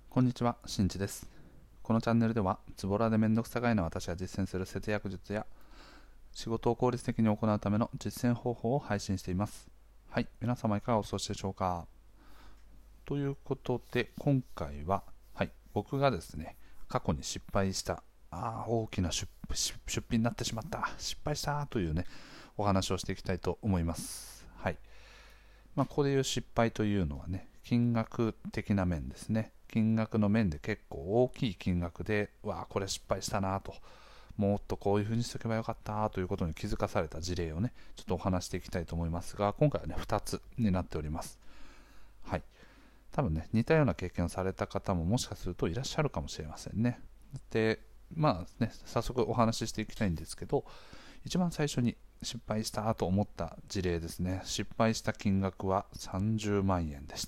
こんにちは、しんちです。このチャンネルでは、ズボラでめんどくさがいな私が実践する節約術や、仕事を効率的に行うための実践方法を配信しています。はい、皆様いかがお過ごしでしょうか。ということで、今回は、僕がですね、過去に失敗した、大きな出費になってしまった、失敗したというね、お話をしていきたいと思います。ここでいう失敗というのはね、金額的な面ですね。金額の面で結構大きい金額で、これ失敗したなと、もっとこういう風にしとけばよかったということに気づかされた事例をね、ちょっとお話していきたいと思いますが、今回はね、2つになっております。多分ね、似たような経験をされた方ももしかするといらっしゃるかもしれませんね。で、早速お話ししていきたいんですけど、一番最初に失敗したと思った事例ですね。失敗した金額は30万円でした。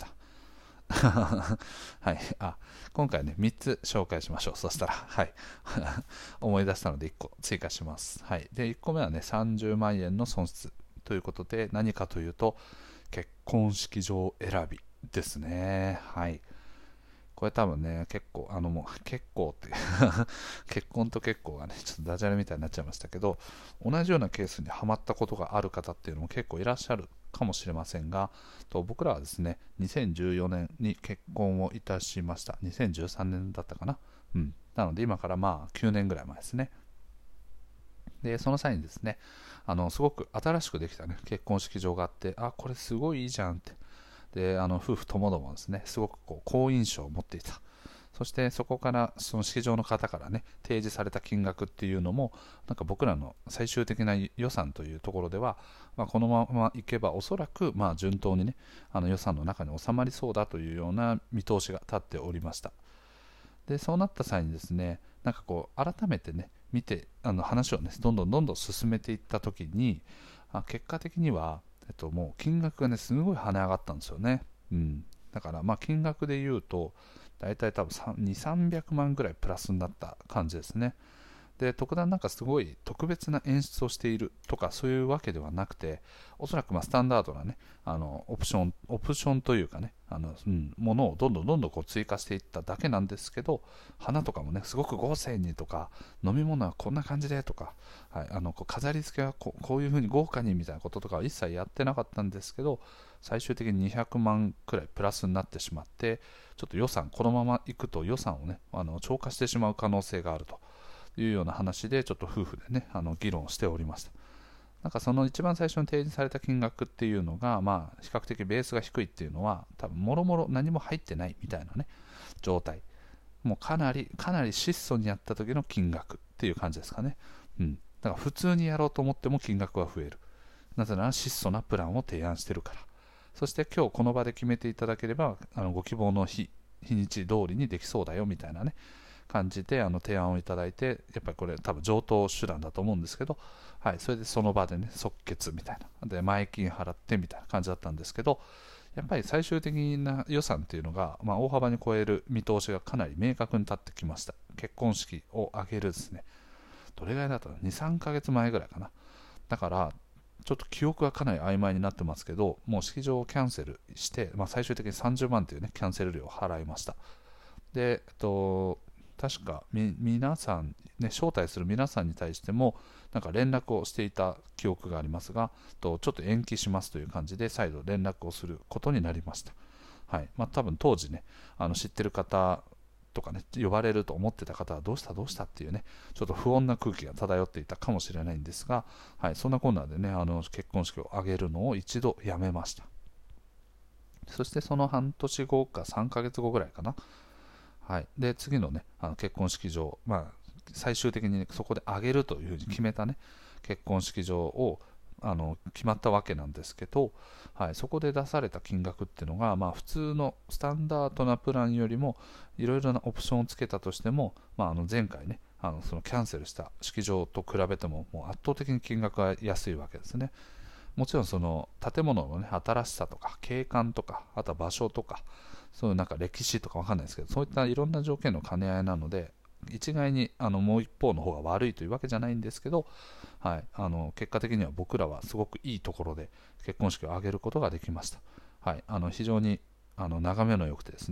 今回ね、3つ紹介しましょう。そしたら、思い出したので1個追加します。で、1個目はね、30万円の損失ということで、何かというと、結婚式場選びですね。これ多分ね、もう結構って結婚と結構がね、ちょっとダジャレみたいになっちゃいましたけど、同じようなケースにはまったことがある方っていうのも結構いらっしゃるかもしれませんが、僕らはですね、2014年に結婚をいたしました。2013年だったかな。なので今から9年ぐらい前ですね。で、その際にですね、すごく新しくできたね、結婚式場があって、これすごいいいじゃんって。で、夫婦ともどもですね、すごく好印象を持っていた。そしてそこからその式場の方からね提示された金額っていうのもなんか僕らの最終的な予算というところでは、このままいけばおそらく順当にね予算の中に収まりそうだというような見通しが立っておりました。でそうなった際にですね、改めてね見て話をねどんどん進めていった時に結果的には、もう金額がねすごい跳ね上がったんですよね。だから金額で言うと大体多分2、300万ぐらいプラスになった感じですね。で、特段すごい特別な演出をしているとかそういうわけではなくて、おそらくスタンダードなね、オプションというかね、ものをどんどん追加していっただけなんですけど、花とかもね、すごく豪勢にとか、飲み物はこんな感じでとか、飾り付けはこういう風に豪華にみたいなこととかは一切やってなかったんですけど、最終的に200万くらいプラスになってしまって、ちょっと予算、このままいくと予算をね、超過してしまう可能性があるというような話で、ちょっと夫婦でね、議論しておりました。その一番最初に提示された金額っていうのが、比較的ベースが低いっていうのは、多分もろもろ何も入ってないみたいなね、状態。もうかなり質素にやった時の金額っていう感じですかね。だから普通にやろうと思っても金額は増える。なぜなら質素なプランを提案してるから。そして今日この場で決めていただければご希望の日にち通りにできそうだよみたいなね感じで提案をいただいて、やっぱりこれ多分上等手段だと思うんですけど、それでその場でね即決みたいなで前金払ってみたいな感じだったんですけど、やっぱり最終的な予算っていうのが、大幅に超える見通しがかなり明確に立ってきました。結婚式を挙げるですね、どれぐらいだったの、2、3ヶ月前ぐらいかな。だからちょっと記憶がかなり曖昧になってますけど、もう式場をキャンセルして、最終的に30万というねキャンセル料を払いました。で、確か皆さん、ね、招待する皆さんに対しても連絡をしていた記憶がありますが、ちょっと延期しますという感じで再度連絡をすることになりました。多分当時ね知ってる方とかね呼ばれると思ってた方はどうしたっていうねちょっと不穏な空気が漂っていたかもしれないんですが、そんなこんなでね結婚式を挙げるのを一度やめました。そしてその半年後か3ヶ月後ぐらいかな。で次のね結婚式場、最終的に、ね、そこで挙げるというふうに決めたね結婚式場を決まったわけなんですけど、そこで出された金額っていうのが、普通のスタンダードなプランよりもいろいろなオプションをつけたとしても、前回ねそのキャンセルした式場と比べてももう圧倒的に金額が安いわけですね。もちろんその建物の、ね、新しさとか景観とか、あとは場所とか、そういう歴史とかわかんないですけど、そういったいろんな条件の兼ね合いなので、一概にもう一方の方が悪いというわけじゃないんですけど、結果的には僕らはすごくいいところで結婚式を挙げることができました。非常に眺めの良くてですね、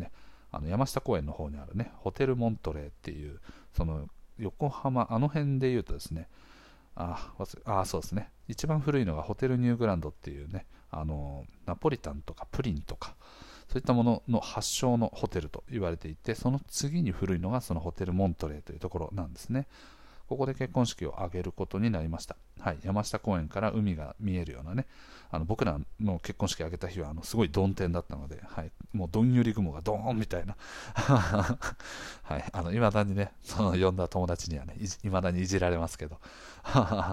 山下公園の方にあるね、ホテルモントレーっていう、その横浜、あの辺でいうとですね、そうですね、一番古いのがホテルニューグランドっていうね、ナポリタンとかプリンとか、そういったものの発祥のホテルと言われていて、その次に古いのがそのホテルモントレーというところなんですね。ここで結婚式を挙げることになりました。はい、山下公園から海が見えるようなね、僕らの結婚式を挙げた日はすごい曇天だったので、はい、もうどんより雲がドーンみたいな、はい、いまだにね、その呼んだ友達にはね、いまだにいじられますけど、はい、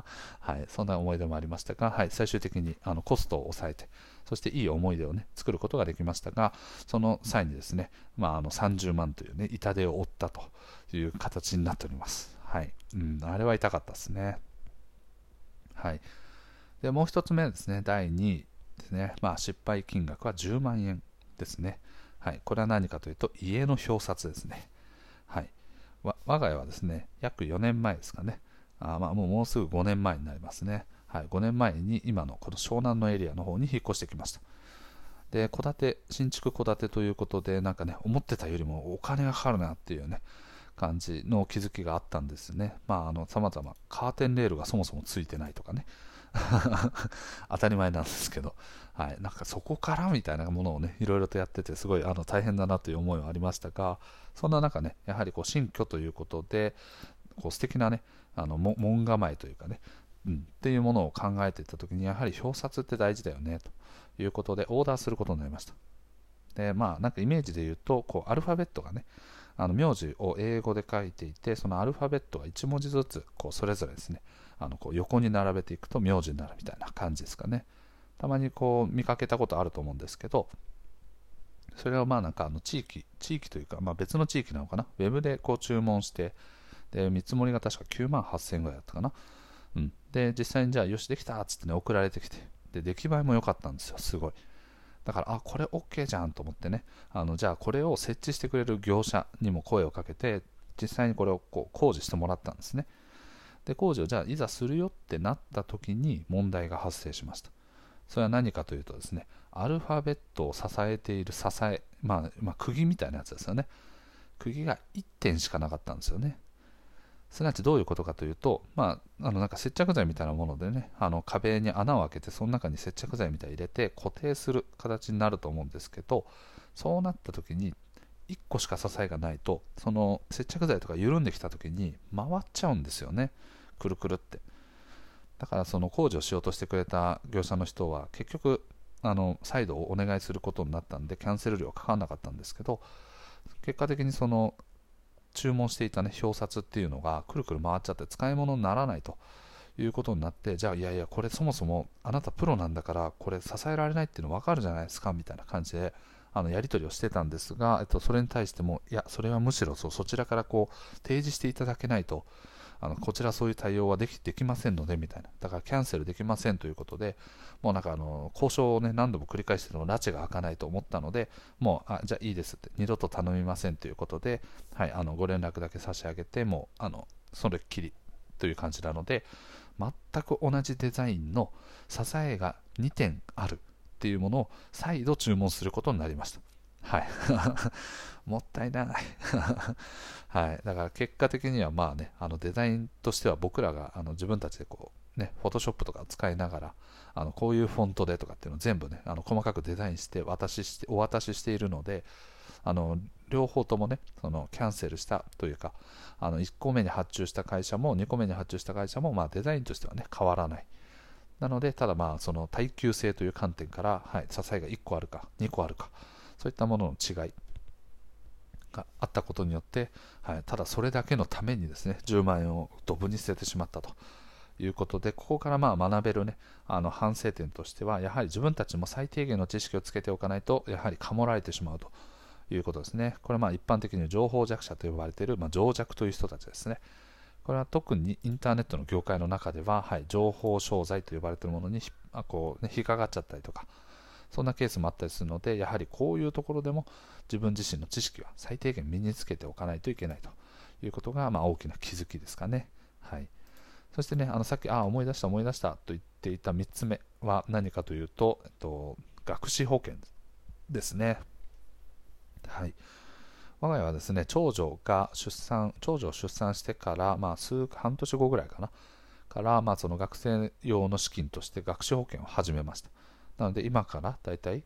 そんな思い出もありましたが、はい、最終的にコストを抑えて、そしていい思い出をね、作ることができましたが、その際にですね、30万というね、痛手を負ったという形になっております。はい、あれは痛かったですね。はい、でもう一つ目ですね、第2位ですね、失敗金額は10万円ですね。はい、これは何かというと、家の表札ですね。はい、我が家はですね、約4年前ですかね、もうすぐ5年前になりますね。はい、5年前に今のこの湘南のエリアの方に引っ越してきました。で、新築戸建てということで、なんかね、思ってたよりもお金がかかるなっていうね、感じの気づきがあったんですね。さまざまカーテンレールがそもそもついてないとかね当たり前なんですけど、はい、なんかそこからみたいなものをね、いろいろとやってて、すごい大変だなという思いはありましたが、そんな中ね、やはり新居ということで、素敵なね、門構えというかね、っていうものを考えていったときに、やはり表札って大事だよねということで、オーダーすることになりました。で、なんかイメージで言うと、アルファベットがね、名字を英語で書いていて、そのアルファベットが1文字ずつそれぞれですね、横に並べていくと名字になるみたいな感じですかね。たまに見かけたことあると思うんですけど、それをなんか地域というか、別の地域なのかな、ウェブで注文して、で見積もりが確か9万8000円ぐらいだったかな。で実際にじゃあよしできたっつってね、送られてきて、で出来栄えも良かったんですよ、すごい。だからこれ OK じゃんと思ってね、じゃあこれを設置してくれる業者にも声をかけて、実際にこれを工事してもらったんですね。で工事をじゃあいざするよってなった時に問題が発生しました。それは何かというとですね、アルファベットを支えている支え、釘みたいなやつですよね。釘が1点しかなかったんですよね。すなわちどういうことかというと、なんか接着剤みたいなものでね、壁に穴を開けて、その中に接着剤みたいに入れて固定する形になると思うんですけど、そうなった時に1個しか支えがないと、その接着剤とか緩んできた時に回っちゃうんですよね、くるくるって。だからその工事をしようとしてくれた業者の人は結局再度お願いすることになったんで、キャンセル料かからなかったんですけど、結果的にその注文していたね、表札っていうのがくるくる回っちゃって使い物にならないということになって、じゃあいやいやこれそもそもあなたプロなんだからこれ支えられないっていうの分かるじゃないですかみたいな感じでやり取りをしてたんですが、それに対しても、いやそれはむしろそちらから提示していただけないとこちらそういう対応はできませんのでみたいな、だからキャンセルできませんということで、もうなんか交渉をね何度も繰り返しても拉致が開かないと思ったので、もうじゃあいいですって、二度と頼みませんということで、はい、ご連絡だけ差し上げて、もうそれっきりという感じなので、全く同じデザインの支えが2点あるっていうものを再度注文することになりました。はいもったいないはい、だから結果的にはデザインとしては僕らが自分たちでフォトショップとかを使いながらこういうフォントでとかっていうのを全部ね細かくデザインしてお渡ししているので、両方ともねキャンセルしたというか1個目に発注した会社も2個目に発注した会社もデザインとしてはね変わらない。なのでただその耐久性という観点から、はい、支えが1個あるか2個あるか、そういったものの違いがあったことによって、はい、ただそれだけのためにですね10万円をドブに捨ててしまったということで、ここから学べるね反省点としては、やはり自分たちも最低限の知識をつけておかないとやはりかもられてしまうということですね。これは一般的に情報弱者と呼ばれている、情弱という人たちですね。これは特にインターネットの業界の中では、はい、情報商材と呼ばれているものに引っかかっちゃったりとか、そんなケースもあったりするので、やはりこういうところでも自分自身の知識は最低限身につけておかないといけないということが、大きな気づきですかね。はい、そしてね、さっき思い出したと言っていた3つ目は何かというと、学資保険ですね。はい、 我が家はですね、長女を出産してから、半年後ぐらいかな、その学生用の資金として学資保険を始めました。なので、今からだいたい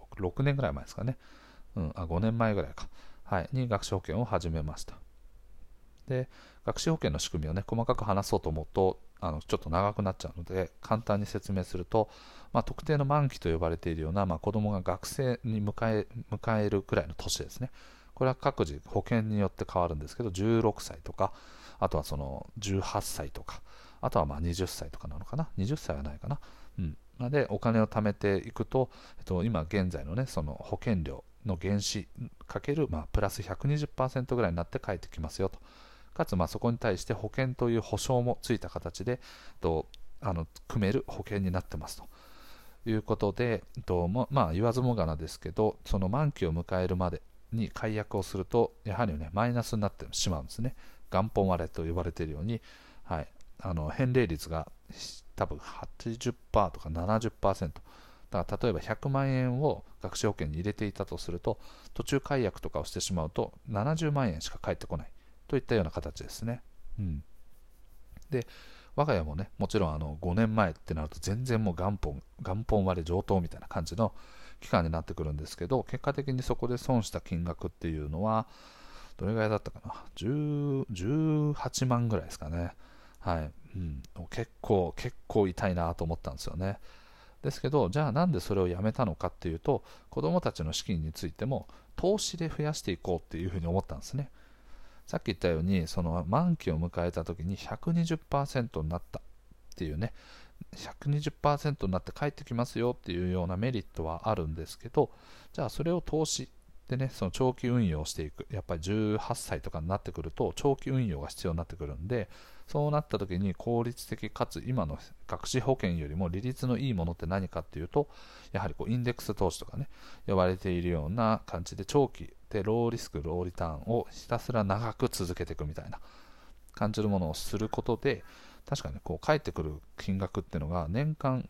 6年ぐらい前ですかね、5年前ぐらいか、に学資保険を始めました。で、学資保険の仕組みをね、細かく話そうと思うと、ちょっと長くなっちゃうので、簡単に説明すると、特定の満期と呼ばれているような、子供が学生に迎えるくらいの年ですね。これは各自保険によって変わるんですけど、16歳とか、あとはその18歳とか、あとは20歳とかなのかな、20歳はないかな。なので、お金を貯めていくと、今現在のね、その保険料の原資かける、プラス 120% ぐらいになって返ってきますよと。かつそこに対して保険という保証もついた形で組める保険になってますということで、言わずもがなですけど、その満期を迎えるまでに解約をするとやはりねマイナスになってしまうんですね。元本割れと呼ばれているように、返礼率が多分 80% とか 70%、だから例えば100万円を学資保険に入れていたとすると、途中解約とかをしてしまうと70万円しか返ってこないといったような形ですね。で、我が家もね、もちろん5年前ってなると全然もう元本割れ上等みたいな感じの期間になってくるんですけど、結果的にそこで損した金額っていうのはどれぐらいだったかな、18万ぐらいですかね。結構痛いなと思ったんですよね。ですけど、じゃあなんでそれをやめたのかっていうと、子どもたちの資金についても投資で増やしていこうっていうふうに思ったんですね。さっき言ったように、その満期を迎えた時に 120% になったっていうね、120% になって返ってきますよっていうようなメリットはあるんですけど、じゃあそれを投資でね、その長期運用していく、やっぱり18歳とかになってくると長期運用が必要になってくるんで、そうなった時に効率的かつ今の学資保険よりも利率のいいものって何かっていうと、やはりインデックス投資とかね呼ばれているような感じで、長期でローリスクローリターンをひたすら長く続けていくみたいな感じるものをすることで、確かに返ってくる金額っていうのが年間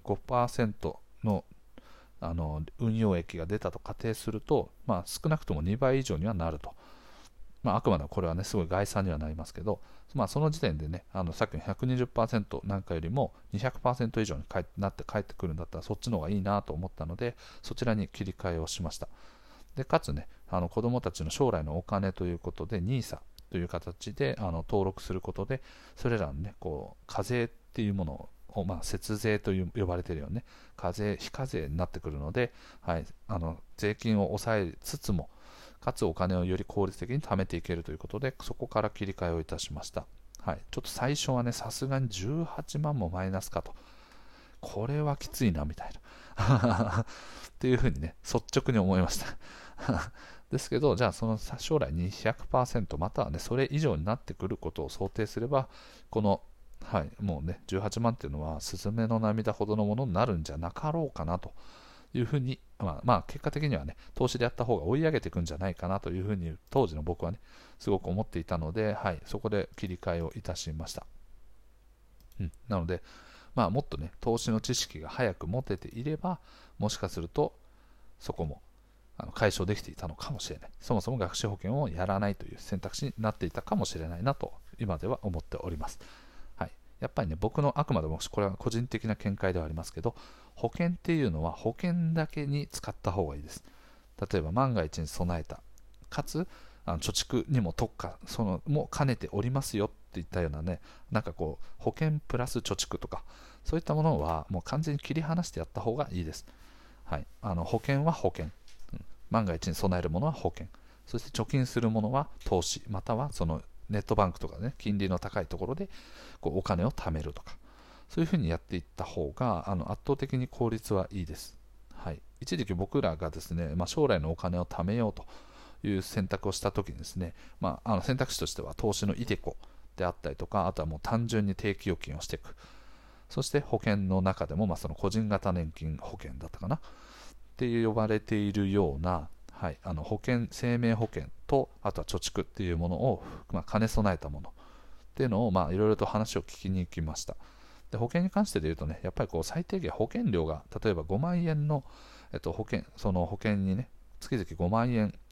5% の運用益が出たと仮定すると、少なくとも2倍以上にはなると。あくまでこれはねすごい概算にはなりますけど、その時点でね、さっきの 120% なんかよりも 200% 以上になって帰ってくるんだったらそっちの方がいいなと思ったので、そちらに切り替えをしました。でかつね、子どもたちの将来のお金ということで NISA という形で登録することで、それらのね課税っていうものを、節税と呼ばれているようにね、非課税になってくるので、税金を抑えつつもかつお金をより効率的に貯めていけるということで、そこから切り替えをいたしました。ちょっと最初はね、さすがに18万もマイナスかと、これはきついなみたいなっていうふうにね率直に思いましたですけど、じゃあその将来 200% またはねそれ以上になってくることを想定すれば、このもうね18万っていうのはスズメの涙ほどのものになるんじゃなかろうかなというふうに、結果的にはね投資でやった方が追い上げていくんじゃないかなというふうに当時の僕はねすごく思っていたので、そこで切り替えをいたしました。なので、もっとね投資の知識が早く持てていれば、もしかするとそこも解消できていたのかもしれない。そもそも学資保険をやらないという選択肢になっていたかもしれないなと今では思っております。やっぱりね、僕のあくまでもこれは個人的な見解ではありますけど、保険っていうのは保険だけに使った方がいいです。例えば万が一に備えた、かつ貯蓄にも特化も兼ねておりますよっていったようなね、保険プラス貯蓄とかそういったものはもう完全に切り離してやった方がいいです。保険は保険、万が一に備えるものは保険、そして貯金するものは投資、またはそのネットバンクとかね、金利の高いところでお金を貯めるとか、そういうふうにやっていった方が圧倒的に効率はいいです。一時期僕らがですね、将来のお金を貯めようという選択をしたときにですね、選択肢としては投資のイデコであったりとか、あとはもう単純に定期預金をしていく、そして保険の中でも、その個人型年金保険だったかなって呼ばれているような、保険、生命保険とあとは貯蓄っていうものを、兼ね備えたものっていうのをいろいろと話を聞きに行きました。で保険に関してで言うとね、やっぱり最低限保険料が例えば5万円の、その保険にね月々5万円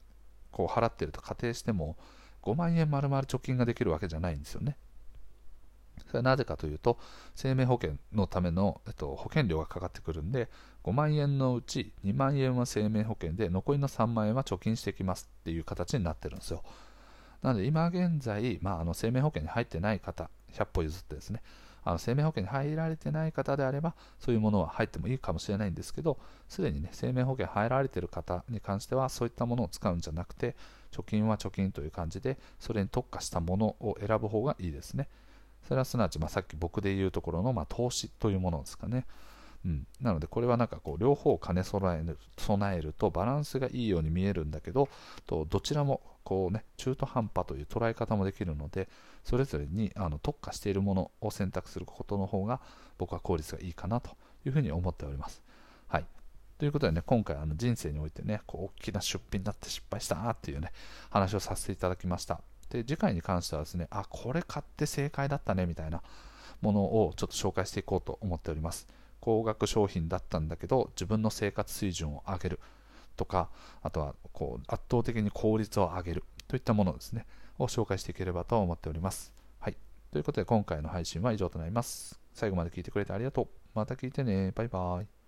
こう払っていると仮定しても、5万円丸々貯金ができるわけじゃないんですよね。それはなぜかというと、生命保険のための、保険料がかかってくるんで、5万円のうち2万円は生命保険で、残りの3万円は貯金してきますっていう形になってるんですよ。なので今現在、生命保険に入ってない方、100歩譲ってですね、生命保険に入られてない方であれば、そういうものは入ってもいいかもしれないんですけど、すでにね、生命保険入られている方に関しては、そういったものを使うんじゃなくて、貯金は貯金という感じで、それに特化したものを選ぶ方がいいですね。それはすなわち、さっき僕で言うところの、投資というものですかね。なのでこれはなんかこう両方兼ね備えるとバランスがいいように見えるんだけど、どちらもこう、ね、中途半端という捉え方もできるので、それぞれに特化しているものを選択することの方が僕は効率がいいかなというふうに思っております。はい、ということでね、今回人生においてね、こう大きな出費になって失敗したなっていうね話をさせていただきました。で、次回に関してはですね、これ買って正解だったねみたいなものをちょっと紹介していこうと思っております。高額商品だったんだけど自分の生活水準を上げるとか、あとはこう圧倒的に効率を上げるといったものですねを紹介していければと思っております。はい、ということで今回の配信は以上となります。最後まで聞いてくれてありがとう。また聞いてね。バイバイ。